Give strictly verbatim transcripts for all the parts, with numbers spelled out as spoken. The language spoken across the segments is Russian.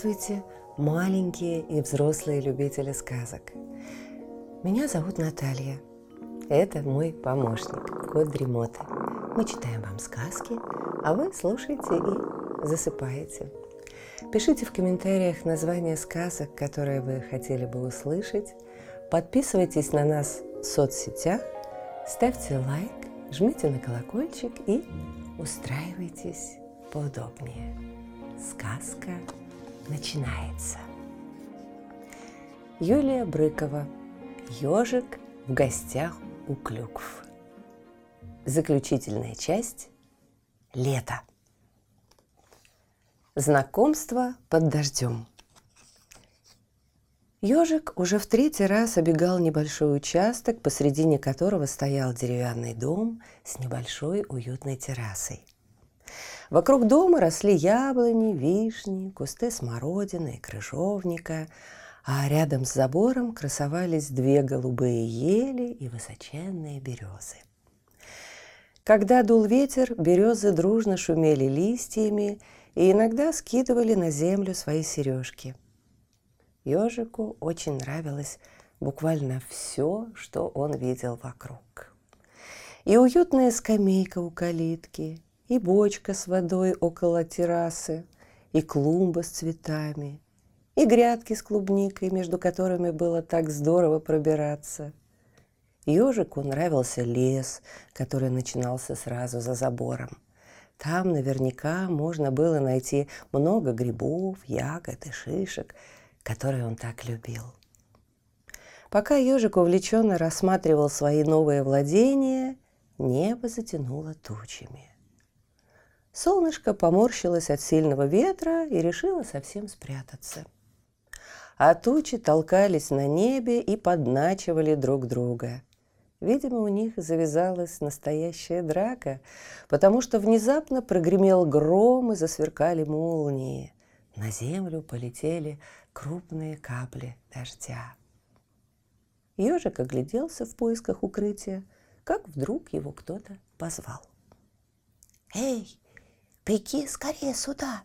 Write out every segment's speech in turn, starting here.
Здравствуйте, маленькие и взрослые любители сказок. Меня зовут Наталья. Это мой помощник, кот Дремоты. Мы читаем вам сказки, а вы слушаете и засыпаете. Пишите в комментариях названия сказок, которые вы хотели бы услышать. Подписывайтесь на нас в соцсетях, ставьте лайк, жмите на колокольчик и устраивайтесь поудобнее. Сказка начинается. Юлия Брыкова. Ёжик в гостях у клюкв. Заключительная часть. Лето. Знакомство под дождем. Ёжик уже в третий раз обегал небольшой участок, посредине которого стоял деревянный дом с небольшой уютной террасой. Вокруг дома росли яблони, вишни, кусты смородины и крыжовника, а рядом с забором красовались две голубые ели и высоченные березы. Когда дул ветер, березы дружно шумели листьями и иногда скидывали на землю свои сережки. Ёжику очень нравилось буквально все, что он видел вокруг. И уютная скамейка у калитки, и бочка с водой около террасы, и клумба с цветами, и грядки с клубникой, между которыми было так здорово пробираться. Ёжику нравился лес, который начинался сразу за забором. Там наверняка можно было найти много грибов, ягод и шишек, которые он так любил. Пока ёжик увлеченно рассматривал свои новые владения, небо затянуло тучами. Солнышко поморщилось от сильного ветра и решило совсем спрятаться. А тучи толкались на небе и подначивали друг друга. Видимо, у них завязалась настоящая драка, потому что внезапно прогремел гром и засверкали молнии. На землю полетели крупные капли дождя. Ёжик огляделся в поисках укрытия, как вдруг его кто-то позвал. «Эй, беги скорее сюда!»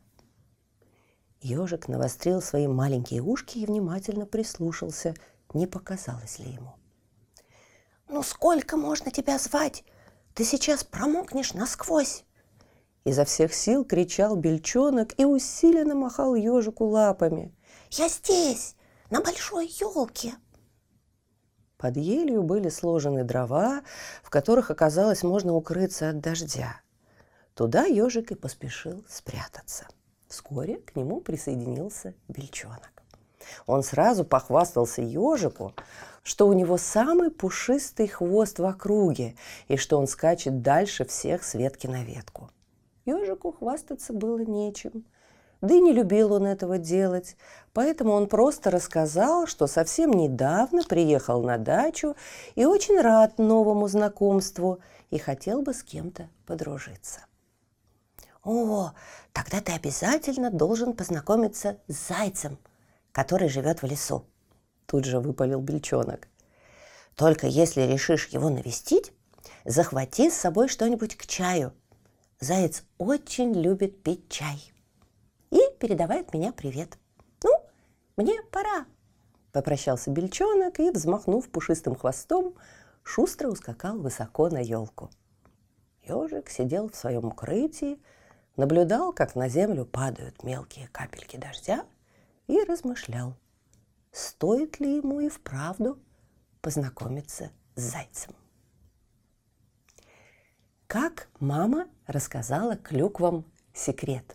Ёжик навострил свои маленькие ушки и внимательно прислушался, не показалось ли ему. «Ну сколько можно тебя звать? Ты сейчас промокнешь насквозь!» Изо всех сил кричал бельчонок и усиленно махал ёжику лапами. «Я здесь, на большой елке!» Под елью были сложены дрова, в которых, оказалось, можно укрыться от дождя. Туда ёжик и поспешил спрятаться. Вскоре к нему присоединился бельчонок. Он сразу похвастался ёжику, что у него самый пушистый хвост в округе и что он скачет дальше всех с ветки на ветку. Ёжику хвастаться было нечем, да и не любил он этого делать, поэтому он просто рассказал, что совсем недавно приехал на дачу и очень рад новому знакомству и хотел бы с кем-то подружиться. «О, тогда ты обязательно должен познакомиться с зайцем, который живет в лесу», – тут же выпалил бельчонок. «Только если решишь его навестить, захвати с собой что-нибудь к чаю. Заяц очень любит пить чай. И передавай от меня привет. Ну, мне пора», – попрощался бельчонок и, взмахнув пушистым хвостом, шустро ускакал высоко на елку. Ёжик сидел в своем укрытии, наблюдал, как на землю падают мелкие капельки дождя, и размышлял, стоит ли ему и вправду познакомиться с зайцем. Как мама рассказала клюквам секрет.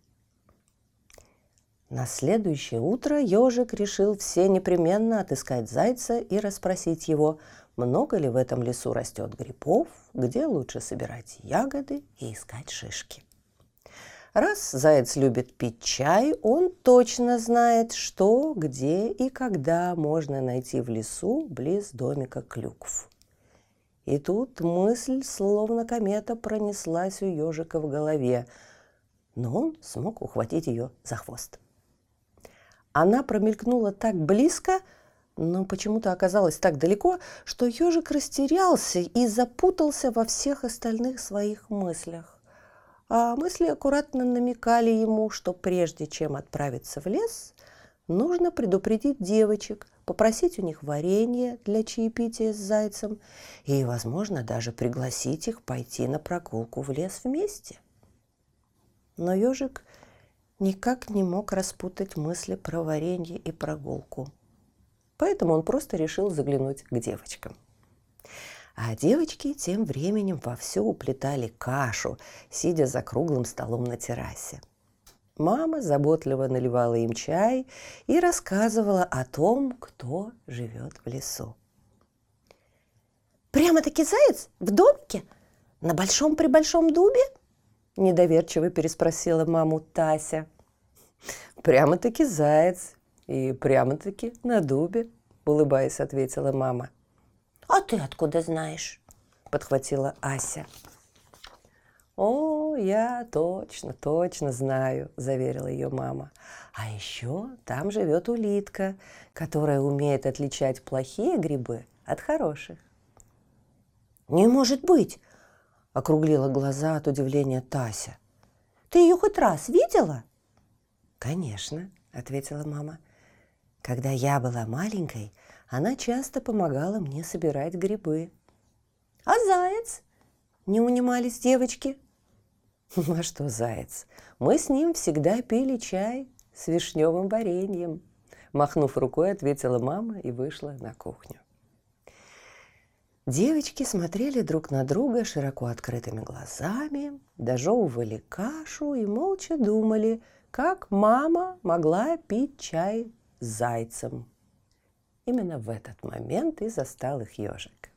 На следующее утро ёжик решил все непременно отыскать зайца и расспросить его, много ли в этом лесу растет грибов, где лучше собирать ягоды и искать шишки. Раз заяц любит пить чай, он точно знает, что, где и когда можно найти в лесу близ домика клюкв. И тут мысль, словно комета, пронеслась у ёжика в голове, но он смог ухватить ее за хвост. Она промелькнула так близко, но почему-то оказалась так далеко, что ёжик растерялся и запутался во всех остальных своих мыслях. а мысли аккуратно намекали ему, что прежде чем отправиться в лес, нужно предупредить девочек, попросить у них варенье для чаепития с зайцем и, возможно, даже пригласить их пойти на прогулку в лес вместе. Но ежик никак не мог распутать мысли про варенье и прогулку. Поэтому он просто решил заглянуть к девочкам. А девочки тем временем вовсю уплетали кашу, сидя за круглым столом на террасе. Мама заботливо наливала им чай и рассказывала о том, кто живет в лесу. «Прямо-таки заяц в домике? На большом-пребольшом дубе?» – недоверчиво переспросила маму Тася. «Прямо-таки заяц и прямо-таки на дубе», – улыбаясь, ответила мама. «А ты откуда знаешь?» – подхватила Ася. «О, я точно, точно знаю», – заверила ее мама. «А еще там живет улитка, которая умеет отличать плохие грибы от хороших». «Не может быть!» – округлила глаза от удивления Тася. «Ты ее хоть раз видела?» «Конечно», – ответила мама. «Когда я была маленькой, она часто помогала мне собирать грибы». «А заяц?» – не унимались девочки. «Ну а что заяц? Мы с ним всегда пили чай с вишневым вареньем», – махнув рукой, ответила мама и вышла на кухню. Девочки смотрели друг на друга широко открытыми глазами, дожевывали кашу и молча думали, как мама могла пить чай с зайцем. Именно в этот момент и застал их ежик.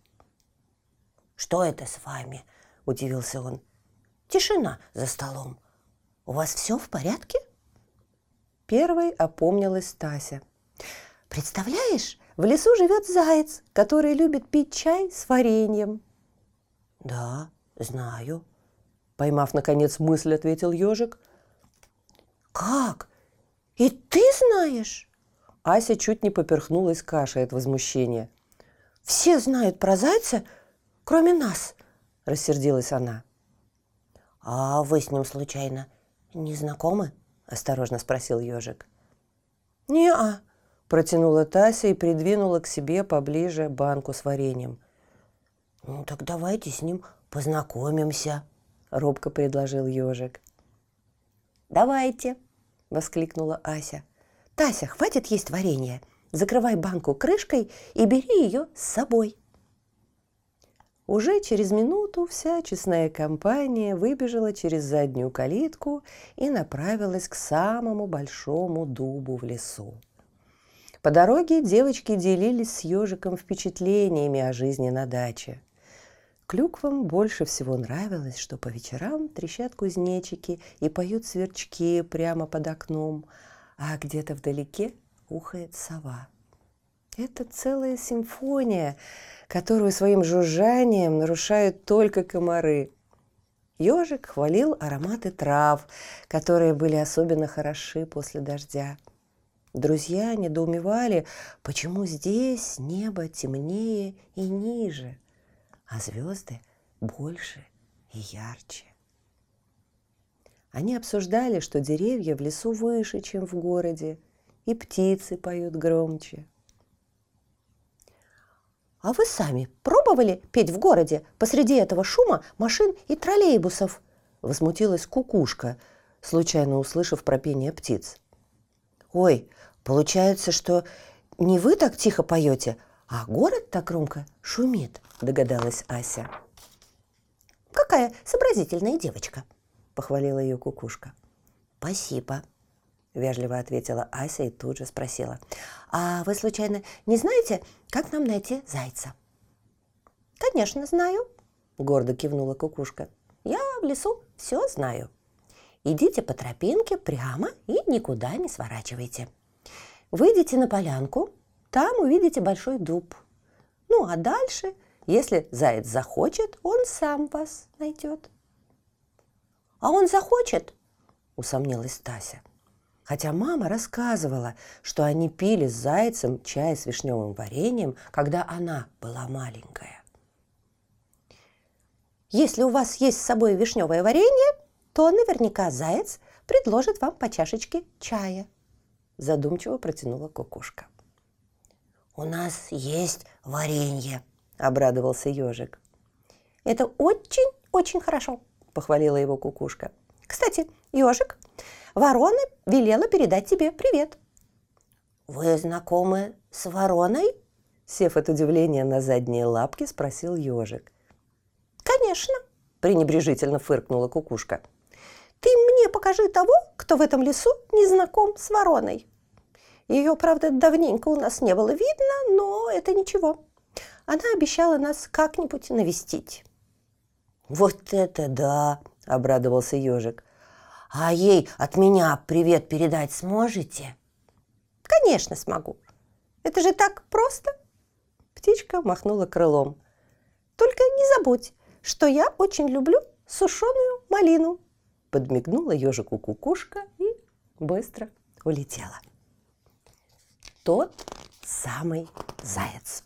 «Что это с вами?» – удивился он. «Тишина за столом. У вас все в порядке?» Первой опомнилась Тася. «Представляешь, в лесу живет заяц, который любит пить чай с вареньем». «Да, знаю», – поймав, наконец, мысль, ответил ежик. «Как? И ты знаешь?» Ася чуть не поперхнулась кашей от возмущения. «Все знают про зайца, кроме нас», – рассердилась она. «А вы с ним, случайно, не знакомы?» – осторожно спросил ежик. «Не-а», – протянула Тася и придвинула к себе поближе банку с вареньем. «Ну так давайте с ним познакомимся», – робко предложил ежик. «Давайте», – воскликнула Ася. «Тася, хватит есть варенье. Закрывай банку крышкой и бери ее с собой». Уже через минуту вся честная компания выбежала через заднюю калитку и направилась к самому большому дубу в лесу. По дороге девочки делились с ежиком впечатлениями о жизни на даче. Клюквам больше всего нравилось, что по вечерам трещат кузнечики и поют сверчки прямо под окном, а где-то вдалеке ухает сова. Это целая симфония, которую своим жужжанием нарушают только комары. Ежик хвалил ароматы трав, которые были особенно хороши после дождя. Друзья недоумевали, почему здесь небо темнее и ниже, а звезды больше и ярче. Они обсуждали, что деревья в лесу выше, чем в городе, и птицы поют громче. «А вы сами пробовали петь в городе посреди этого шума машин и троллейбусов?» – возмутилась Кукушка, случайно услышав про пение птиц. «Ой, получается, что не вы так тихо поете, а город так громко шумит», – догадалась Ася. «Какая сообразительная девочка!» – похвалила ее Кукушка. «Спасибо», – вежливо ответила Ася и тут же спросила. «А вы, случайно, не знаете, как нам найти зайца?» «Конечно, знаю», – гордо кивнула Кукушка. «Я в лесу все знаю. Идите по тропинке прямо и никуда не сворачивайте. Выйдите на полянку, там увидите большой дуб. Ну, а дальше, если заяц захочет, он сам вас найдет». «А он захочет?» – усомнилась Тася. Хотя мама рассказывала, что они пили с зайцем чай с вишневым вареньем, когда она была маленькая. «Если у вас есть с собой вишневое варенье, то наверняка заяц предложит вам по чашечке чая», – задумчиво протянула кукушка. «У нас есть варенье», – обрадовался ежик. «Это очень-очень хорошо», – похвалила его кукушка. «Кстати, ежик, ворона велела передать тебе привет». «Вы знакомы с вороной?» – сев от удивления на задние лапки, спросил ежик. «Конечно», – пренебрежительно фыркнула кукушка. «Ты мне покажи того, кто в этом лесу не знаком с вороной. Ее, правда, давненько у нас не было видно, но это ничего. Она обещала нас как-нибудь навестить». «Вот это да!» – обрадовался ежик. «А ей от меня привет передать сможете?» «Конечно смогу. Это же так просто!» Птичка махнула крылом. «Только не забудь, что я очень люблю сушеную малину», – подмигнула ежику кукушка и быстро улетела. Тот самый заяц.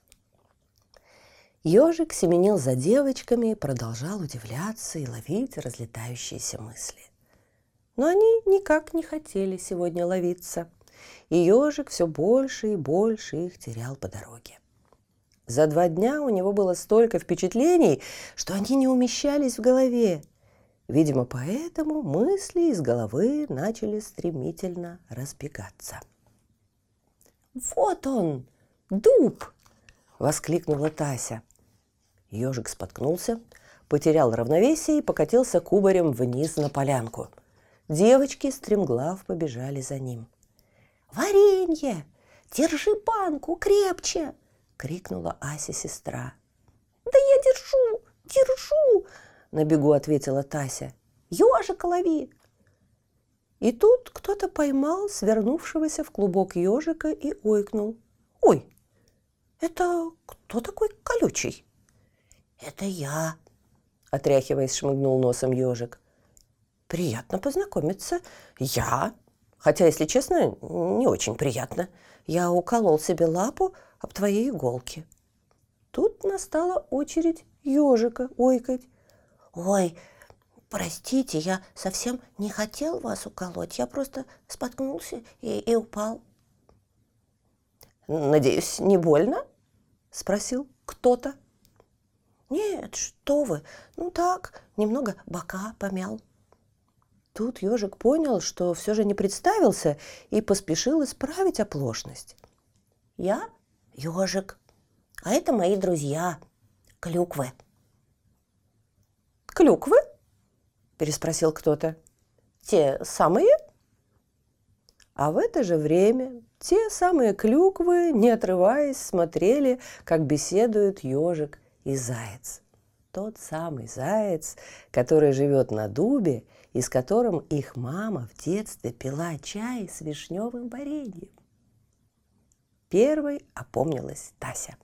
Ежик семенил за девочками и продолжал удивляться и ловить разлетающиеся мысли. Но они никак не хотели сегодня ловиться, и ежик все больше и больше их терял по дороге. За два дня у него было столько впечатлений, что они не умещались в голове. Видимо, поэтому мысли из головы начали стремительно разбегаться. «Вот он, дуб!» – воскликнула Тася. Ежик споткнулся, потерял равновесие и покатился кубарем вниз на полянку. Девочки стремглав побежали за ним. «Варенье! Держи банку крепче!» – крикнула Ася сестра. «Да я держу, держу!» – на бегу ответила Тася. «Ежика лови!» И тут кто-то поймал свернувшегося в клубок ежика и ойкнул. «Ой, это кто такой колючий?» «Это я», – отряхиваясь, шмыгнул носом ежик. «Приятно познакомиться. Я, хотя, если честно, не очень приятно. Я уколол себе лапу об твоей иголке». Тут настала очередь ежика ойкать. «Ой, простите, я совсем не хотел вас уколоть. Я просто споткнулся и, и упал». «Надеюсь, не больно?» – спросил кто-то. «Нет, что вы, ну так, немного бока помял». Тут ежик понял, что все же не представился, и поспешил исправить оплошность. «Я ежик, а это мои друзья, клюквы». «Клюквы?» – переспросил кто-то. «Те самые?» А в это же время те самые клюквы, не отрываясь, смотрели, как беседуют ежик и заяц. Тот самый заяц, который живет на дубе и с которым их мама в детстве пила чай с вишневым вареньем. Первой опомнилась Тася.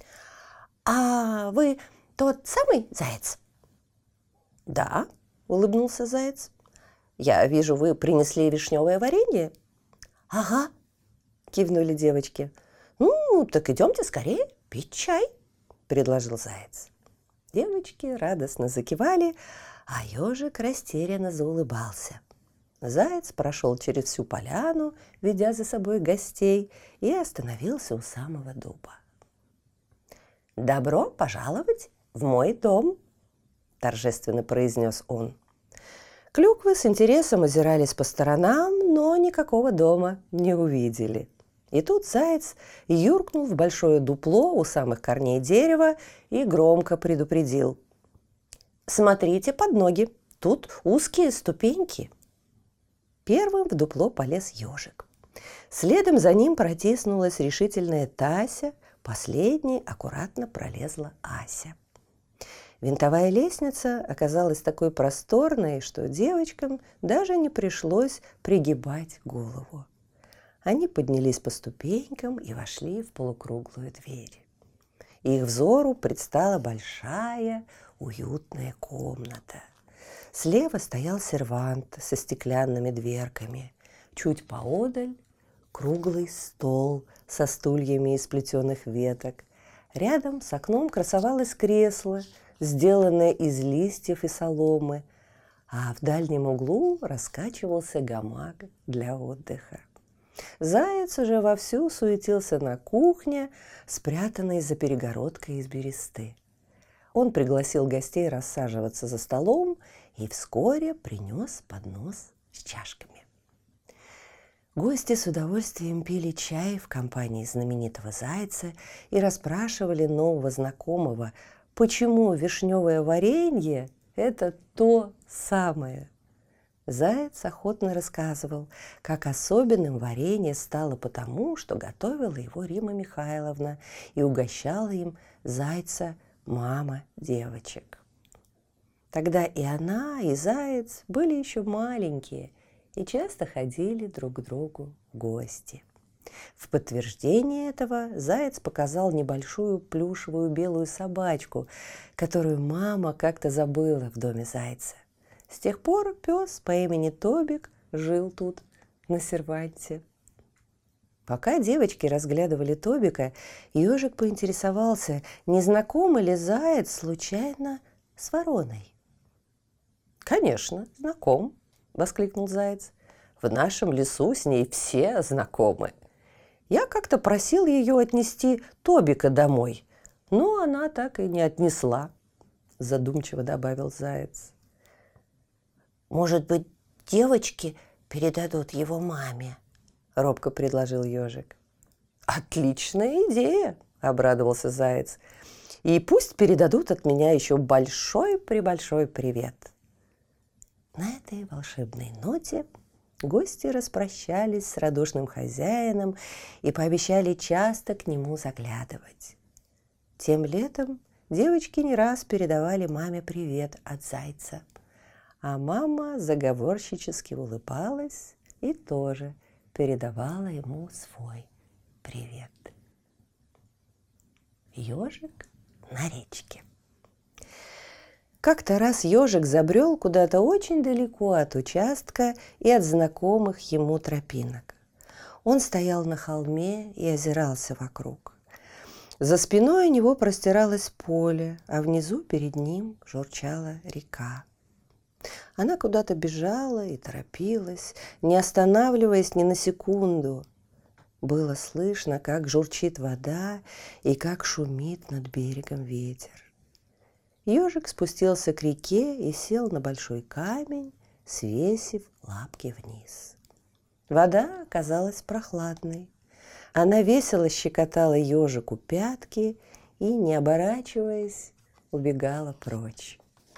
«А вы тот самый заяц?» «Да», – улыбнулся заяц. «Я вижу, вы принесли вишневое варенье?» «Ага», – кивнули девочки. «Ну, так идемте скорее пить чай», – предложил заяц. Девочки радостно закивали, а ежик растерянно заулыбался. Заяц прошел через всю поляну, ведя за собой гостей, и остановился у самого дуба. «Добро пожаловать в мой дом», – торжественно произнес он. Клюквы с интересом озирались по сторонам, но никакого дома не увидели. И тут заяц юркнул в большое дупло у самых корней дерева и громко предупредил: «Смотрите под ноги, тут узкие ступеньки». Первым в дупло полез ежик. Следом за ним протиснулась решительная Тася, последней аккуратно пролезла Ася. Винтовая лестница оказалась такой просторной, что девочкам даже не пришлось пригибать голову. Они поднялись по ступенькам и вошли в полукруглую дверь. Их взору предстала большая, уютная комната. Слева стоял сервант со стеклянными дверками. Чуть поодаль круглый стол со стульями из плетеных веток. Рядом с окном красовалось кресло, сделанное из листьев и соломы, а в дальнем углу раскачивался гамак для отдыха. Заяц уже вовсю суетился на кухне, спрятанной за перегородкой из бересты. Он пригласил гостей рассаживаться за столом и вскоре принес поднос с чашками. Гости с удовольствием пили чай в компании знаменитого зайца и расспрашивали нового знакомого, почему вишневое варенье – это то самое. Заяц охотно рассказывал, как особенным варенье стало потому, что готовила его Рима Михайловна и угощала им зайца мама девочек. Тогда и она, и заяц были еще маленькие и часто ходили друг к другу в гости. В подтверждение этого заяц показал небольшую плюшевую белую собачку, которую мама как-то забыла в доме зайца. С тех пор пес по имени Тобик жил тут, на серванте. Пока девочки разглядывали Тобика, ежик поинтересовался, не знаком ли заяц случайно с вороной. «Конечно, знаком», — воскликнул заяц. «В нашем лесу с ней все знакомы. Я как-то просил ее отнести Тобика домой, но она так и не отнесла», — задумчиво добавил заяц. «Может быть, девочки передадут его маме?» – робко предложил ежик. «Отличная идея!» – обрадовался заяц. «И пусть передадут от меня еще большой-пребольшой привет!» На этой волшебной ноте гости распрощались с радушным хозяином и пообещали часто к нему заглядывать. Тем летом девочки не раз передавали маме привет от зайца, а мама заговорщически улыбалась и тоже передавала ему свой привет. Ежик на речке. Как-то раз ежик забрел куда-то очень далеко от участка и от знакомых ему тропинок. Он стоял на холме и озирался вокруг. За спиной у него простиралось поле, а внизу перед ним журчала река. Она куда-то бежала и торопилась, не останавливаясь ни на секунду. Было слышно, как журчит вода и как шумит над берегом ветер. Ежик спустился к реке и сел на большой камень, свесив лапки вниз. Вода оказалась прохладной. Она весело щекотала ежику пятки и, не оборачиваясь, убегала прочь.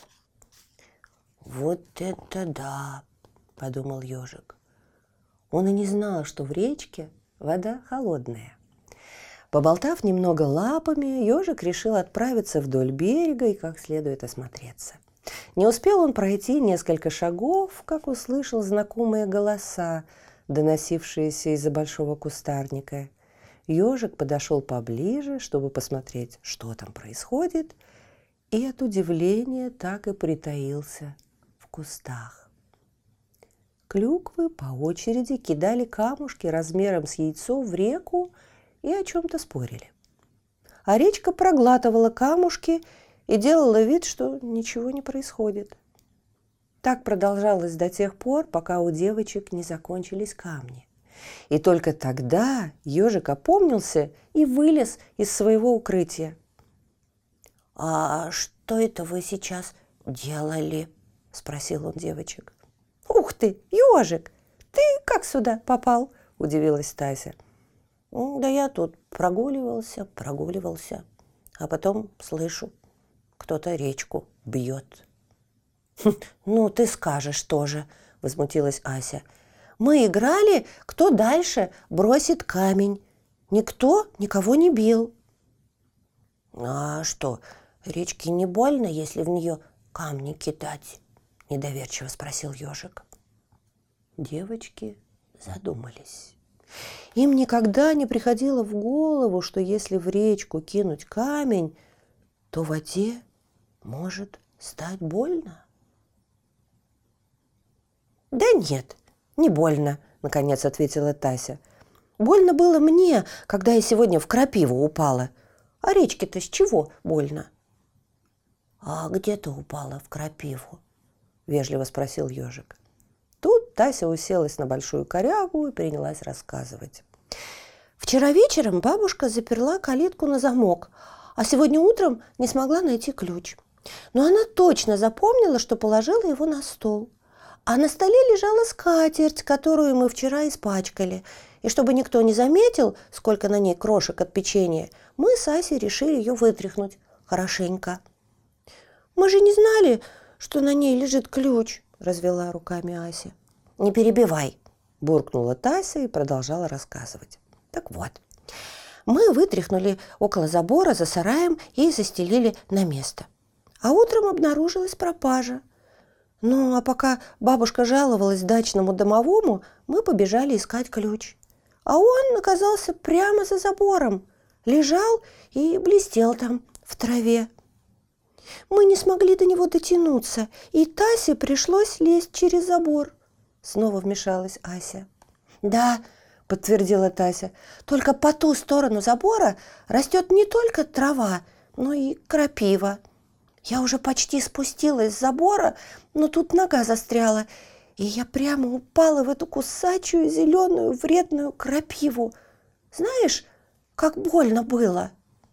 «Вот это да!» – подумал ежик. Он и не знал, что в речке вода холодная. Поболтав немного лапами, ежик решил отправиться вдоль берега и как следует осмотреться. Не успел он пройти несколько шагов, как услышал знакомые голоса, доносившиеся из-за большого кустарника. Ежик подошел поближе, чтобы посмотреть, что там происходит, и от удивления так и притаился в кустах. Клюквы по очереди кидали камушки размером с яйцо в реку и о чем-то спорили. А речка проглатывала камушки и делала вид, что ничего не происходит. Так продолжалось до тех пор, пока у девочек не закончились камни. И только тогда ежик опомнился и вылез из своего укрытия. «А что это вы сейчас делали?» – спросил он девочек. «Ух ты, ежик! Ты как сюда попал?» – удивилась Тася. «Да я тут прогуливался, прогуливался, а потом слышу, кто-то речку бьет». «Ну, ты скажешь тоже», – возмутилась Ася. «Мы играли, кто дальше бросит камень. Никто никого не бил». «А что, речке не больно, если в нее камни кидать?» – недоверчиво спросил ежик. Девочки задумались. Им никогда не приходило в голову, что если в речку кинуть камень, то воде может стать больно. «Да нет, не больно», — наконец ответила Тася. «Больно было мне, когда я сегодня в крапиву упала. А речке-то с чего больно?» «А где ты упала в крапиву?» – вежливо спросил ежик. Тут Тася уселась на большую корягу и принялась рассказывать. Вчера вечером бабушка заперла калитку на замок, а сегодня утром не смогла найти ключ. Но она точно запомнила, что положила его на стол. А на столе лежала скатерть, которую мы вчера испачкали. И чтобы никто не заметил, сколько на ней крошек от печенья, мы с Асей решили ее вытряхнуть хорошенько. «Мы же не знали, что на ней лежит ключ», – развела руками Ася. «Не перебивай», – буркнула Тася и продолжала рассказывать. Так вот, мы вытряхнули около забора за сараем и застелили на место. А утром обнаружилась пропажа. Ну, а пока бабушка жаловалась дачному домовому, мы побежали искать ключ. А он оказался прямо за забором, лежал и блестел там в траве. Мы не смогли до него дотянуться, и Тасе пришлось лезть через забор. Снова вмешалась Ася. «Да», – подтвердила Тася, – «только по ту сторону забора растет не только трава, но и крапива. Я уже почти спустилась с забора, но тут нога застряла, и я прямо упала в эту кусачую зеленую вредную крапиву. Знаешь, как больно было?»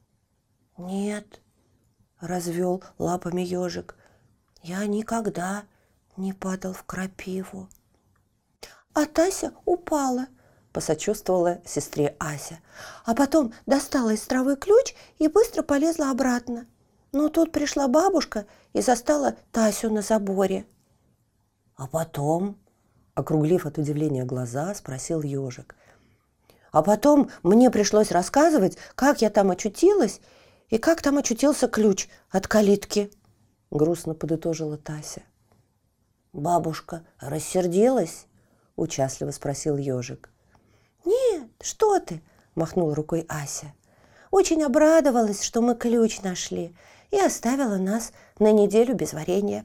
«Нет», – развел лапами ежик, – «я никогда не падал в крапиву». «А Тася упала», – посочувствовала сестре Ася. «А потом достала из травы ключ и быстро полезла обратно. Но тут пришла бабушка и застала Тасю на заборе». «А потом?» – округлив от удивления глаза, спросил ежик. «А потом мне пришлось рассказывать, как я там очутилась и как там очутился ключ от калитки», – грустно подытожила Тася. «Бабушка рассердилась?» – участливо спросил ежик. «Нет, что ты!» – махнула рукой Ася. «Очень обрадовалась, что мы ключ нашли, и оставила нас на неделю без варенья».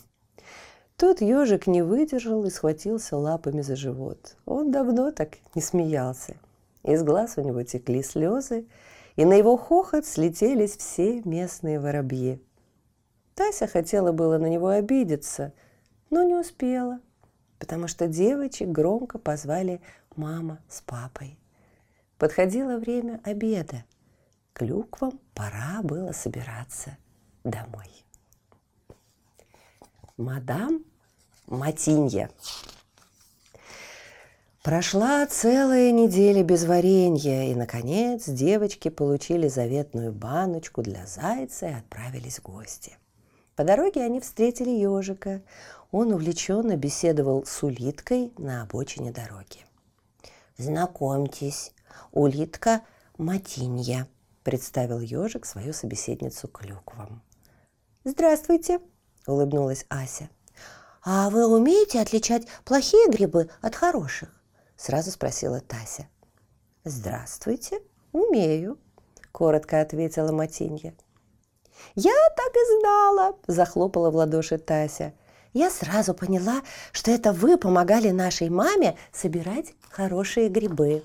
Тут ежик не выдержал и схватился лапами за живот. Он давно так не смеялся. Из глаз у него текли слезы, и на его хохот слетелись все местные воробьи. Тася хотела было на него обидеться, но не успела, потому что девочек громко позвали мама с папой. Подходило время обеда. Клюквам пора было собираться домой. Мадам Матинья. Прошла целая неделя без варенья, и, наконец, девочки получили заветную баночку для зайца и отправились в гости. По дороге они встретили ежика. Он увлеченно беседовал с улиткой на обочине дороги. «Знакомьтесь, улитка Матинья», – представил ежик свою собеседницу клюквам. «Здравствуйте», – улыбнулась Ася. «А вы умеете отличать плохие грибы от хороших?» – сразу спросила Тася. «Здравствуйте, умею», – коротко ответила Матинья. «Я так и знала!» – захлопала в ладоши Тася. «Я сразу поняла, что это вы помогали нашей маме собирать хорошие грибы».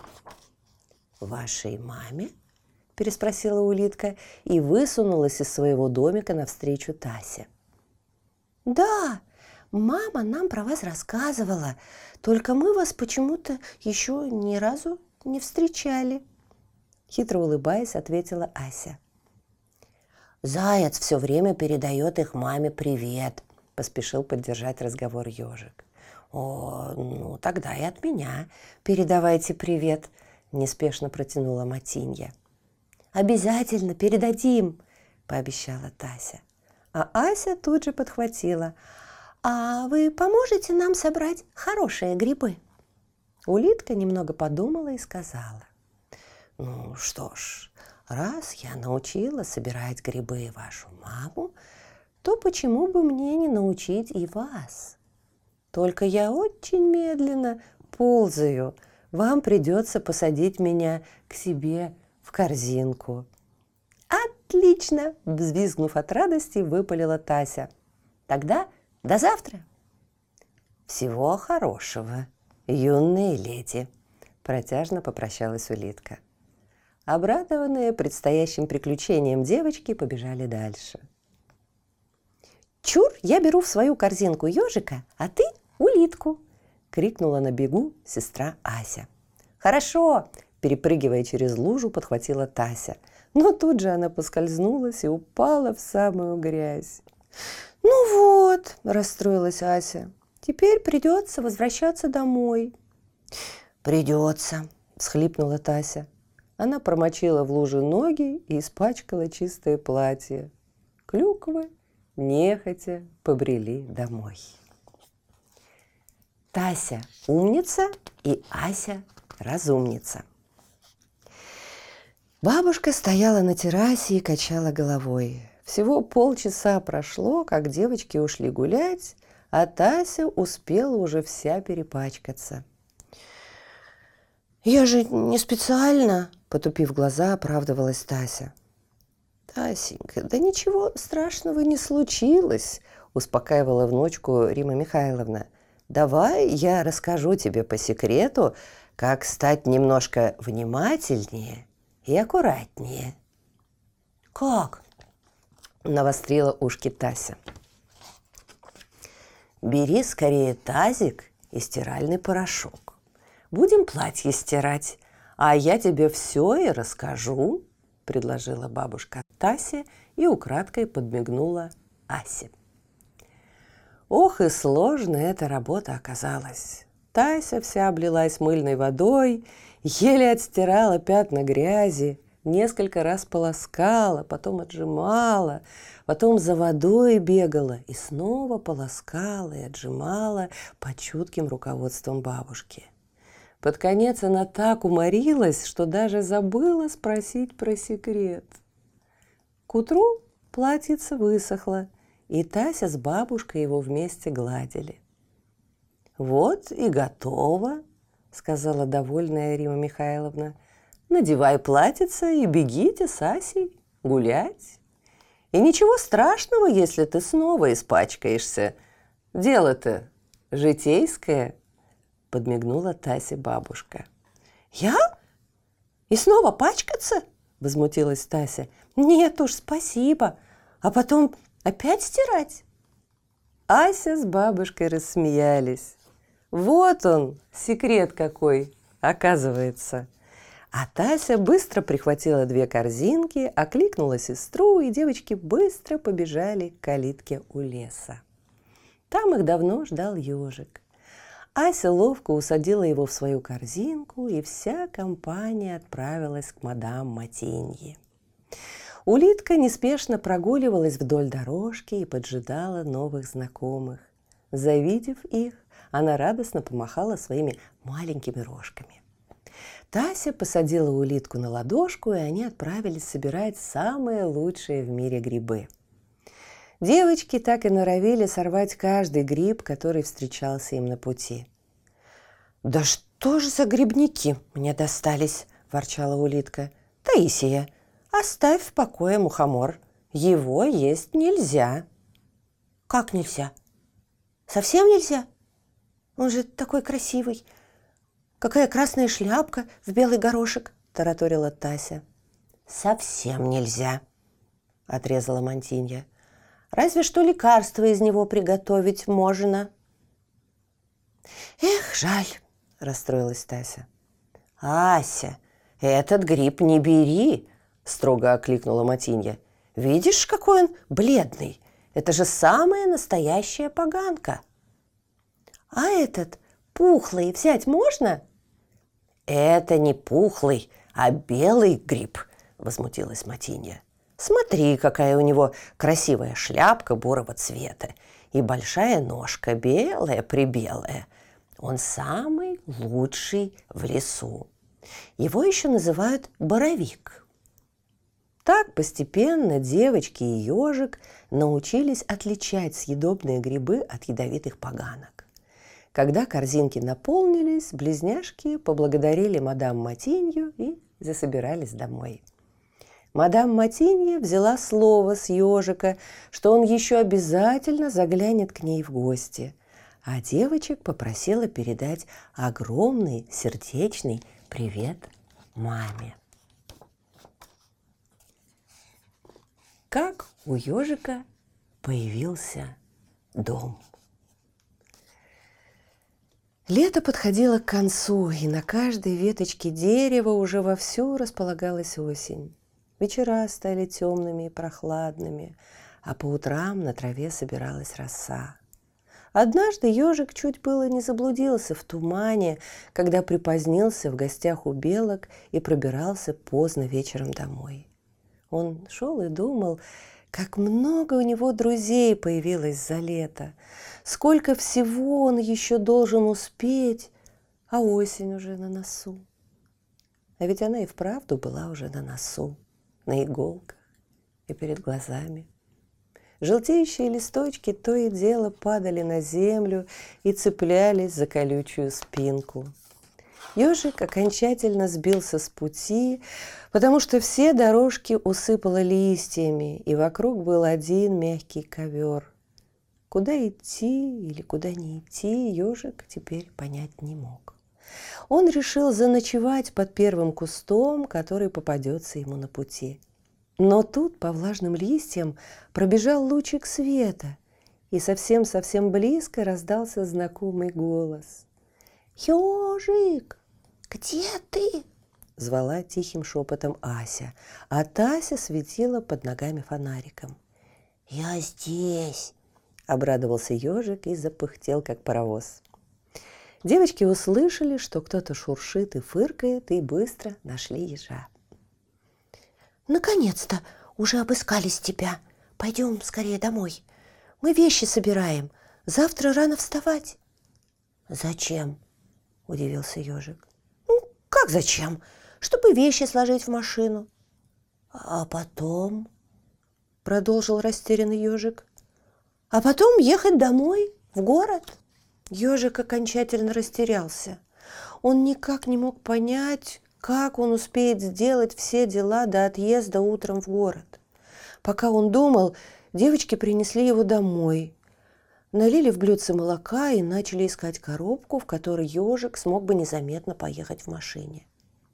«Вашей маме?» – переспросила улитка и высунулась из своего домика навстречу Тасе. «Да, мама нам про вас рассказывала, только мы вас почему-то еще ни разу не встречали», – хитро улыбаясь, ответила Ася. «Заяц все время передает их маме привет», – поспешил поддержать разговор ежик. «О, ну тогда и от меня передавайте привет», – неспешно протянула Матинья. «Обязательно передадим», – пообещала Тася. А Ася тут же подхватила. «А вы поможете нам собрать хорошие грибы?» Улитка немного подумала и сказала. «Ну что ж, раз я научила собирать грибы вашу маму, то почему бы мне не научить и вас? Только я очень медленно ползаю. Вам придется посадить меня к себе в корзинку». «Отлично!» – взвизгнув от радости, выпалила Тася. «Тогда до завтра!» «Всего хорошего, юные леди!» – протяжно попрощалась улитка. Обрадованные предстоящим приключением девочки побежали дальше. «Чур, я беру в свою корзинку ежика, а ты улитку!» – крикнула на бегу сестра Ася. «Хорошо!» – перепрыгивая через лужу, подхватила Тася. Но тут же она поскользнулась и упала в самую грязь. «Ну вот!» – расстроилась Ася. «Теперь придется возвращаться домой». «Придется!» – всхлипнула Тася. Она промочила в луже ноги и испачкала чистое платье. Клюквы нехотя побрели домой. Тася умница и Ася разумница. Бабушка стояла на террасе и качала головой. Всего полчаса прошло, как девочки ушли гулять, а Тася успела уже вся перепачкаться. «Я же не специально», – потупив глаза, оправдывалась Тася. «Тасенька, да ничего страшного не случилось», – успокаивала внучку Рима Михайловна. «Давай я расскажу тебе по секрету, как стать немножко внимательнее и аккуратнее». «Как?» – навострила ушки Тася. «Бери скорее тазик и стиральный порошок. Будем платье стирать, а я тебе все и расскажу», – предложила бабушка Тасе и украдкой подмигнула Асе. Ох, и сложная эта работа оказалась. Тася вся облилась мыльной водой, еле отстирала пятна грязи, несколько раз полоскала, потом отжимала, потом за водой бегала и снова полоскала и отжимала под чутким руководством бабушки. Под конец она так уморилась, что даже забыла спросить про секрет. К утру платьице высохло, и Тася с бабушкой его вместе гладили. «Вот и готово», — сказала довольная Рима Михайловна. «Надевай платьице и бегите с Асей гулять. И ничего страшного, если ты снова испачкаешься. Дело-то житейское», — подмигнула Тасе бабушка. «Я? И снова пачкаться?» — возмутилась Тася. «Нет уж, спасибо. А потом опять стирать?» Ася с бабушкой рассмеялись. Вот он, секрет какой, оказывается. А Тася быстро прихватила две корзинки, окликнула сестру, и девочки быстро побежали к калитке у леса. Там их давно ждал ежик. Ася ловко усадила его в свою корзинку, и вся компания отправилась к мадам Матиньи. Улитка неспешно прогуливалась вдоль дорожки и поджидала новых знакомых. Завидев их, она радостно помахала своими маленькими рожками. Тася посадила улитку на ладошку, и они отправились собирать самые лучшие в мире грибы. Девочки так и норовили сорвать каждый гриб, который встречался им на пути. «Да что ж за грибники мне достались?» – ворчала улитка. «Таисия, оставь в покое мухомор. Его есть нельзя». «Как нельзя? Совсем нельзя? Он же такой красивый. Какая красная шляпка в белый горошек!» – тараторила Тася. «Совсем нельзя!» – отрезала Мантинья. «Разве что лекарство из него приготовить можно». «Эх, жаль!» – расстроилась Тася. «Ася, этот гриб не бери!» – строго окликнула Матинья. «Видишь, какой он бледный? Это же самая настоящая поганка!» «А этот пухлый взять можно?» «Это не пухлый, а белый гриб», – возмутилась Матинья. «Смотри, какая у него красивая шляпка бурого цвета и большая ножка белая-прибелая. Он самый лучший в лесу. Его еще называют боровик». Так постепенно девочки и ежик научились отличать съедобные грибы от ядовитых поганок. Когда корзинки наполнились, близняшки поблагодарили мадам Матинью и засобирались домой. Мадам Матинья взяла слово с ежика, что он еще обязательно заглянет к ней в гости, а девочек попросила передать огромный сердечный привет маме. Как у ежика появился дом. Лето подходило к концу, и на каждой веточке дерева уже вовсю располагалась осень. Вечера стали темными и прохладными, а по утрам на траве собиралась роса. Однажды ежик чуть было не заблудился в тумане, когда припозднился в гостях у белок и пробирался поздно вечером домой. Он шел и думал, как много у него друзей появилось за лето, сколько всего он еще должен успеть, а осень уже на носу. А ведь она и вправду была уже на носу, на иголках и перед глазами. Желтеющие листочки то и дело падали на землю и цеплялись за колючую спинку. Ежик окончательно сбился с пути, потому что все дорожки усыпало листьями, и вокруг был один мягкий ковер. Куда идти или куда не идти, ежик теперь понять не мог. Он решил заночевать под первым кустом, который попадется ему на пути. Но тут по влажным листьям пробежал лучик света, и совсем-совсем близко раздался знакомый голос. «Ежик, где ты?» — звала тихим шепотом Ася, а Тася светила под ногами фонариком. «Я здесь!» — обрадовался ежик и запыхтел, как паровоз. Девочки услышали, что кто-то шуршит и фыркает, и быстро нашли ежа. «Наконец-то уже обыскались тебя. Пойдем скорее домой. Мы вещи собираем. Завтра рано вставать». «Зачем?» – удивился ежик. «Ну, как зачем? Чтобы вещи сложить в машину». «А потом?» – продолжил растерянный ежик. «А потом ехать домой, в город». Ежик окончательно растерялся. Он никак не мог понять, как он успеет сделать все дела до отъезда утром в город. Пока он думал, девочки принесли его домой, налили в блюдце молока и начали искать коробку, в которой ежик смог бы незаметно поехать в машине.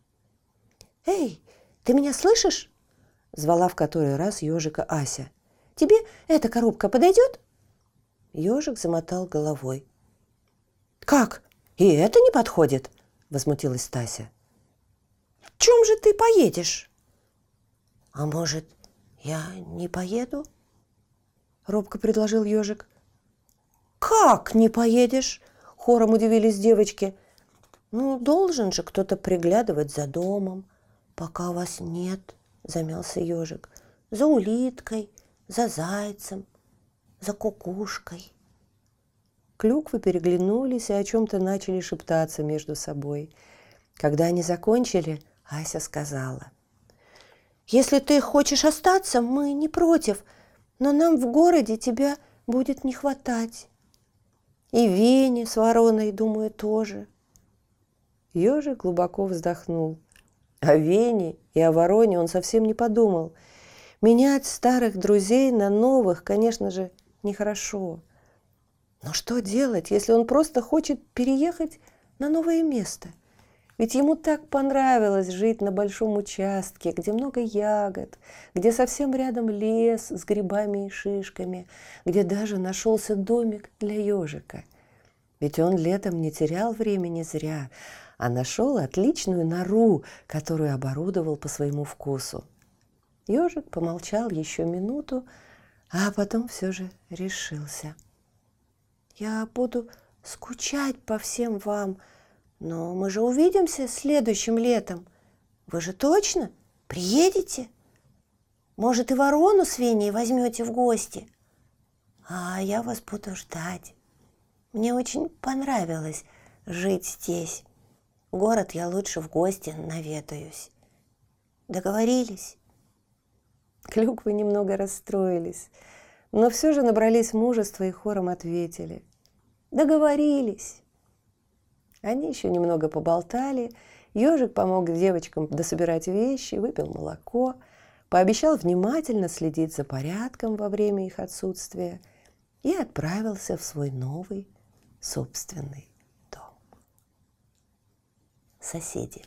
«Эй, ты меня слышишь?» – звала в который раз ежика Ася. «Тебе эта коробка подойдет?» Ежик замотал головой. «Как? И это не подходит?» – возмутилась Тася. «В чем же ты поедешь?» «А может, я не поеду?» – робко предложил ежик. «Как не поедешь?» – хором удивились девочки. «Ну, должен же кто-то приглядывать за домом, пока вас нет», – замялся ежик. «За улиткой, за зайцем, за кукушкой». Клюквы переглянулись и о чем-то начали шептаться между собой. Когда они закончили, Ася сказала: «Если ты хочешь остаться, мы не против, но нам в городе тебя будет не хватать. И Вени с вороной, думаю, тоже». Ежик глубоко вздохнул. О Вене и о вороне он совсем не подумал. Менять старых друзей на новых, конечно же, нехорошо. Но что делать, если он просто хочет переехать на новое место? Ведь ему так понравилось жить на большом участке, где много ягод, где совсем рядом лес с грибами и шишками, где даже нашелся домик для ежика. Ведь он летом не терял времени зря, а нашел отличную нору, которую оборудовал по своему вкусу. Ежик помолчал еще минуту, а потом все же решился. «Я буду скучать по всем вам, но мы же увидимся следующим летом. Вы же точно приедете? Может, и ворону с Веней возьмете в гости? А я вас буду ждать. Мне очень понравилось жить здесь. В город я лучше в гости наведаюсь. Договорились?» Клюквы немного расстроились, но все же набрались мужества и хором ответили: «Договорились». Они еще немного поболтали, ежик помог девочкам дособирать вещи, выпил молоко, пообещал внимательно следить за порядком во время их отсутствия и отправился в свой новый собственный дом. Соседи.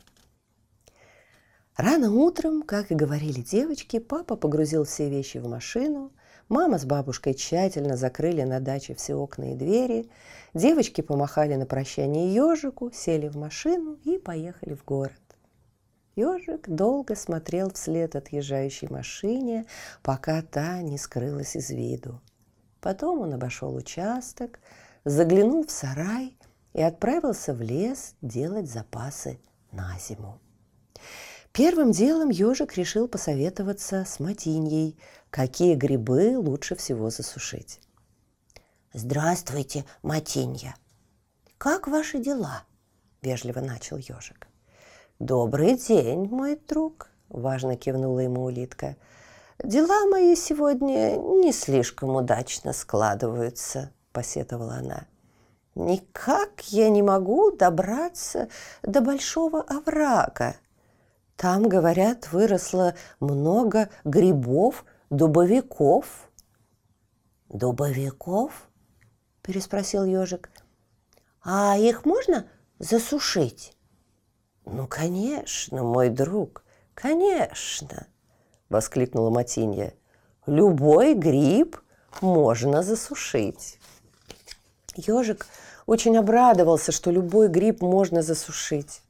Рано утром, как и говорили девочки, папа погрузил все вещи в машину, Мама с бабушкой тщательно закрыли на даче все окна и двери. Девочки помахали на прощание ежику, сели в машину и поехали в город. Ежик долго смотрел вслед отъезжающей машине, пока та не скрылась из виду. Потом он обошел участок, заглянул в сарай и отправился в лес делать запасы на зиму. Первым делом ежик решил посоветоваться с Матиньей, какие грибы лучше всего засушить. «Здравствуйте, Матинья! Как ваши дела?» – вежливо начал ежик. «Добрый день, мой друг!» – важно кивнула ему улитка. «Дела мои сегодня не слишком удачно складываются», – посетовала она. «Никак я не могу добраться до большого оврага. Там, говорят, выросло много грибов, дубовиков». «Дубовиков?» – переспросил ежик. «А их можно засушить?» «Ну, конечно, мой друг, конечно!» – воскликнула Матинья. «Любой гриб можно засушить». Ежик очень обрадовался, что любой гриб можно засушить.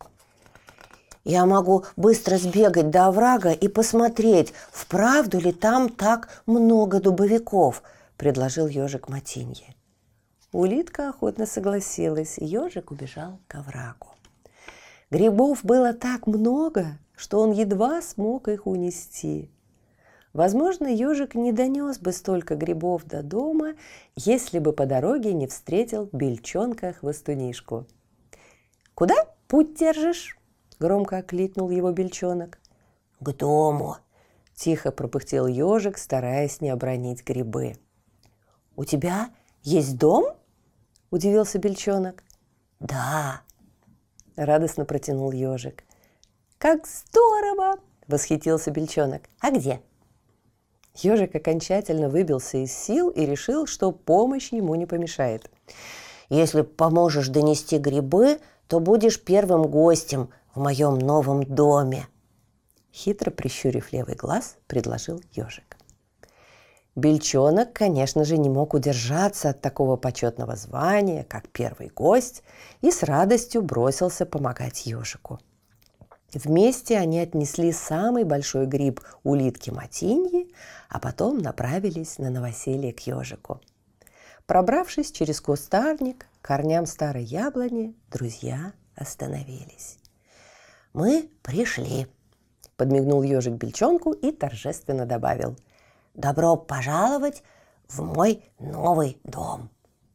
«Я могу быстро сбегать до оврага и посмотреть, вправду ли там так много дубовиков», – предложил ежик Матинье. Улитка охотно согласилась, и ежик убежал к оврагу. Грибов было так много, что он едва смог их унести. Возможно, ежик не донес бы столько грибов до дома, если бы по дороге не встретил бельчонка-хвостунишку. «Куда путь держишь?» – громко окликнул его бельчонок. «К дому», – тихо пропыхтел ежик, стараясь не обронить грибы. «У тебя есть дом?» – удивился бельчонок. «Да», – радостно протянул ежик. «Как здорово!» – восхитился бельчонок. «А где?» Ежик окончательно выбился из сил и решил, что помощь ему не помешает. «Если поможешь донести грибы, то будешь первым гостем в моем новом доме», – хитро прищурив левый глаз, предложил ежик. Бельчонок, конечно же, не мог удержаться от такого почетного звания, как первый гость, и с радостью бросился помогать ежику. Вместе они отнесли самый большой гриб улитки Матиньи, а потом направились на новоселье к ежику. Пробравшись через кустарник к корням старой яблони, друзья остановились. «Мы пришли», – подмигнул ежик бельчонку и торжественно добавил: «Добро пожаловать в мой новый дом».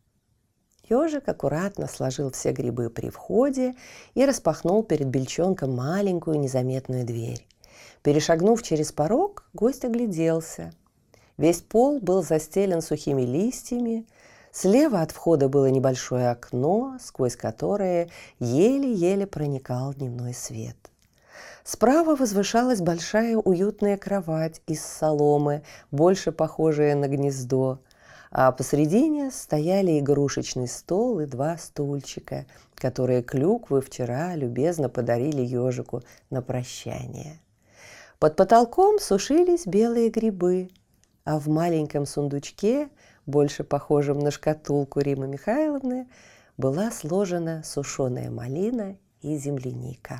Ежик аккуратно сложил все грибы при входе и распахнул перед бельчонком маленькую незаметную дверь. Перешагнув через порог, гость огляделся. Весь пол был застелен сухими листьями. Слева от входа было небольшое окно, сквозь которое еле-еле проникал дневной свет. Справа возвышалась большая уютная кровать из соломы, больше похожая на гнездо, а посредине стояли игрушечный стол и два стульчика, которые клюквы вчера любезно подарили ежику на прощание. Под потолком сушились белые грибы, а в маленьком сундучке, больше похожем на шкатулку Риммы Михайловны, была сложена сушеная малина и земляника.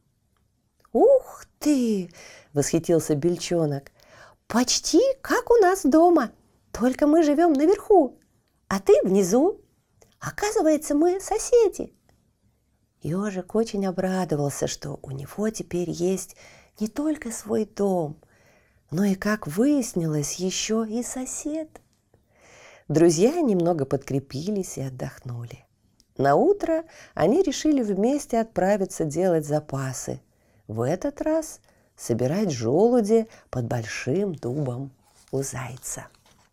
«Ух ты!» – восхитился бельчонок. «Почти как у нас дома, только мы живем наверху, а ты внизу. Оказывается, мы соседи». Ежик очень обрадовался, что у него теперь есть не только свой дом, но и, как выяснилось, еще и сосед. Друзья немного подкрепились и отдохнули. Наутро они решили вместе отправиться делать запасы. В этот раз собирать желуди под большим дубом у зайца.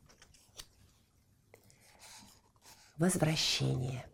Возвращение.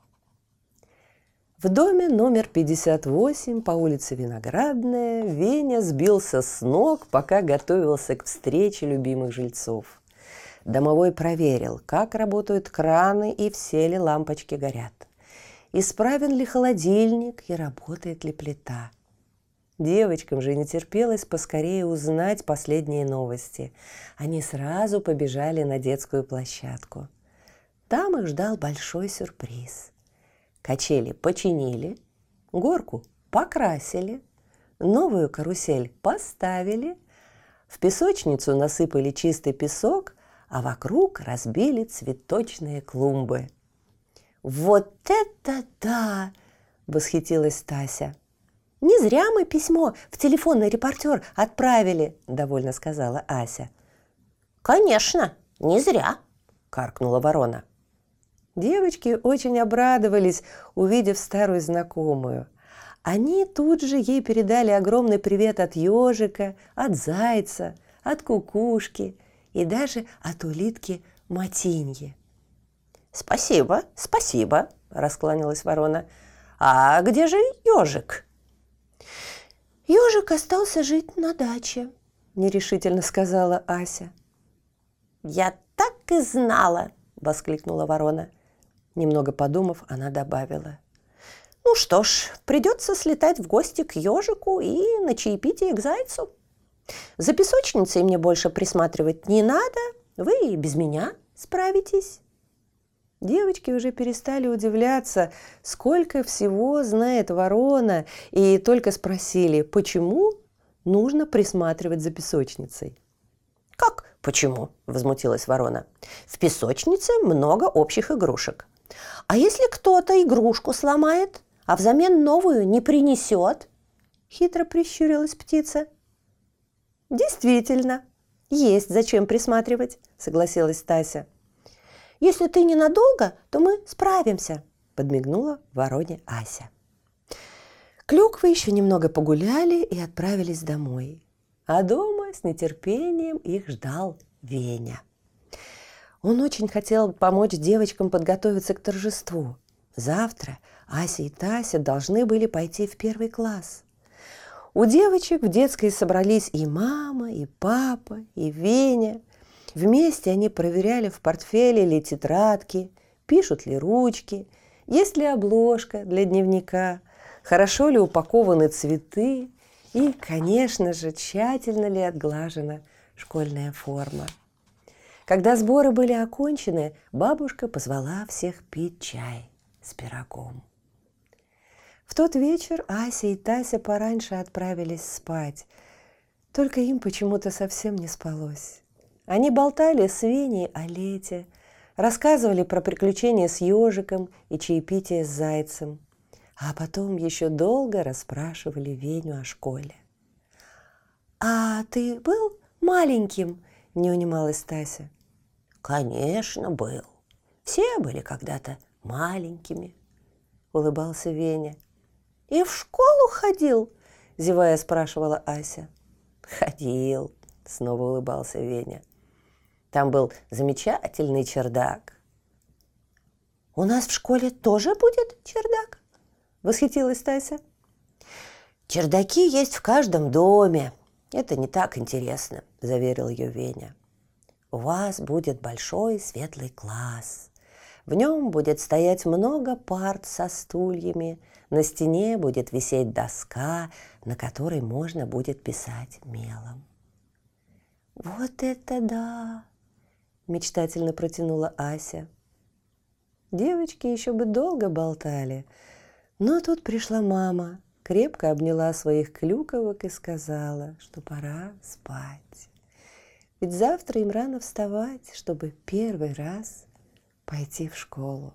В доме номер пятьдесят восемь по улице Виноградная Веня сбился с ног, пока готовился к встрече любимых жильцов. Домовой проверил, как работают краны и все ли лампочки горят, исправен ли холодильник и работает ли плита. Девочкам же не терпелось поскорее узнать последние новости. Они сразу побежали на детскую площадку. Там их ждал большой сюрприз. Качели починили, горку покрасили, новую карусель поставили, в песочницу насыпали чистый песок, а вокруг разбили цветочные клумбы. «Вот это да!» – восхитилась Тася. «Не зря мы письмо в телефонный репортер отправили», – довольно сказала Ася. «Конечно, не зря», – каркнула ворона. Девочки очень обрадовались, увидев старую знакомую. Они тут же ей передали огромный привет от ежика, от зайца, от кукушки и даже от улитки Матиньи. «Спасибо, спасибо», – раскланялась ворона. «А где же ежик?» «Ежик остался жить на даче», – нерешительно сказала Ася. «Я так и знала!» – воскликнула ворона. Немного подумав, она добавила. «Ну что ж, придется слетать в гости к ежику и на чаепитие к зайцу. За песочницей мне больше присматривать не надо, вы и без меня справитесь». Девочки уже перестали удивляться, сколько всего знает ворона, и только спросили, почему нужно присматривать за песочницей. «Как почему?» – возмутилась ворона. «В песочнице много общих игрушек. А если кто-то игрушку сломает, а взамен новую не принесет?» – хитро прищурилась птица. «Действительно, есть зачем присматривать», – согласилась Тася. «Если ты ненадолго, то мы справимся», – подмигнула вороне Ася. Клюквы еще немного погуляли и отправились домой. А дома с нетерпением их ждал Веня. Он очень хотел помочь девочкам подготовиться к торжеству. Завтра Ася и Тася должны были пойти в первый класс. У девочек в детской собрались и мама, и папа, и Веня. Вместе они проверяли в портфеле ли тетрадки, пишут ли ручки, есть ли обложка для дневника, хорошо ли упакованы цветы и, конечно же, тщательно ли отглажена школьная форма. Когда сборы были окончены, бабушка позвала всех пить чай с пирогом. В тот вечер Ася и Тася пораньше отправились спать, только им почему-то совсем не спалось. Они болтали с Веней о лете, рассказывали про приключения с ежиком и чаепитие с зайцем, а потом еще долго расспрашивали Веню о школе. «А ты был маленьким?» – не унималась Тася. «Конечно, был. Все были когда-то маленькими», – улыбался Веня. «И в школу ходил?» – зевая спрашивала Ася. «Ходил», – снова улыбался Веня. «Там был замечательный чердак». «У нас в школе тоже будет чердак?» – восхитилась Тася. «Чердаки есть в каждом доме. Это не так интересно», – заверил ее Веня. «У вас будет большой светлый класс. В нем будет стоять много парт со стульями, на стене будет висеть доска, на которой можно будет писать мелом». «Вот это да!» – мечтательно протянула Ася. Девочки еще бы долго болтали, но тут пришла мама, крепко обняла своих клюковок и сказала, что пора спать. Ведь завтра им рано вставать, чтобы первый раз пойти в школу.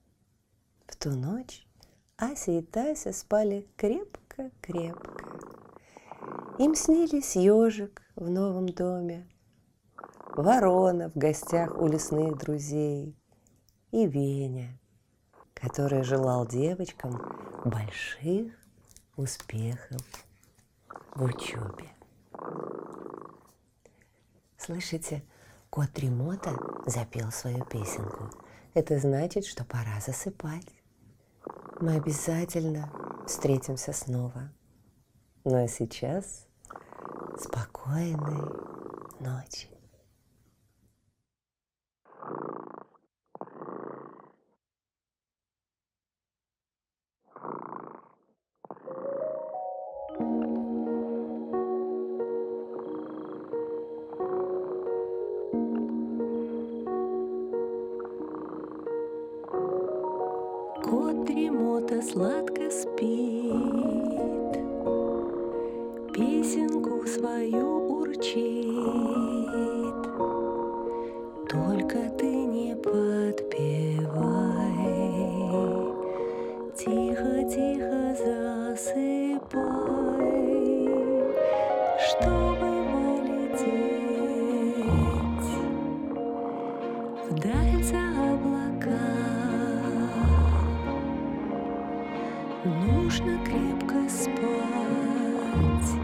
В ту ночь Ася и Тася спали крепко-крепко. Им снились ежик в новом доме, ворона в гостях у лесных друзей и Веня, который желал девочкам больших успехов в учебе. Слышите, кот Ремота запел свою песенку. Это значит, что пора засыпать. Мы обязательно встретимся снова. Ну а сейчас спокойной ночи. Вот дремота сладко спит, песенку свою урчит. Только ты не подпевай, тихо-тихо засыпай, чтобы полететь вдаль за облака. Нужно крепко спать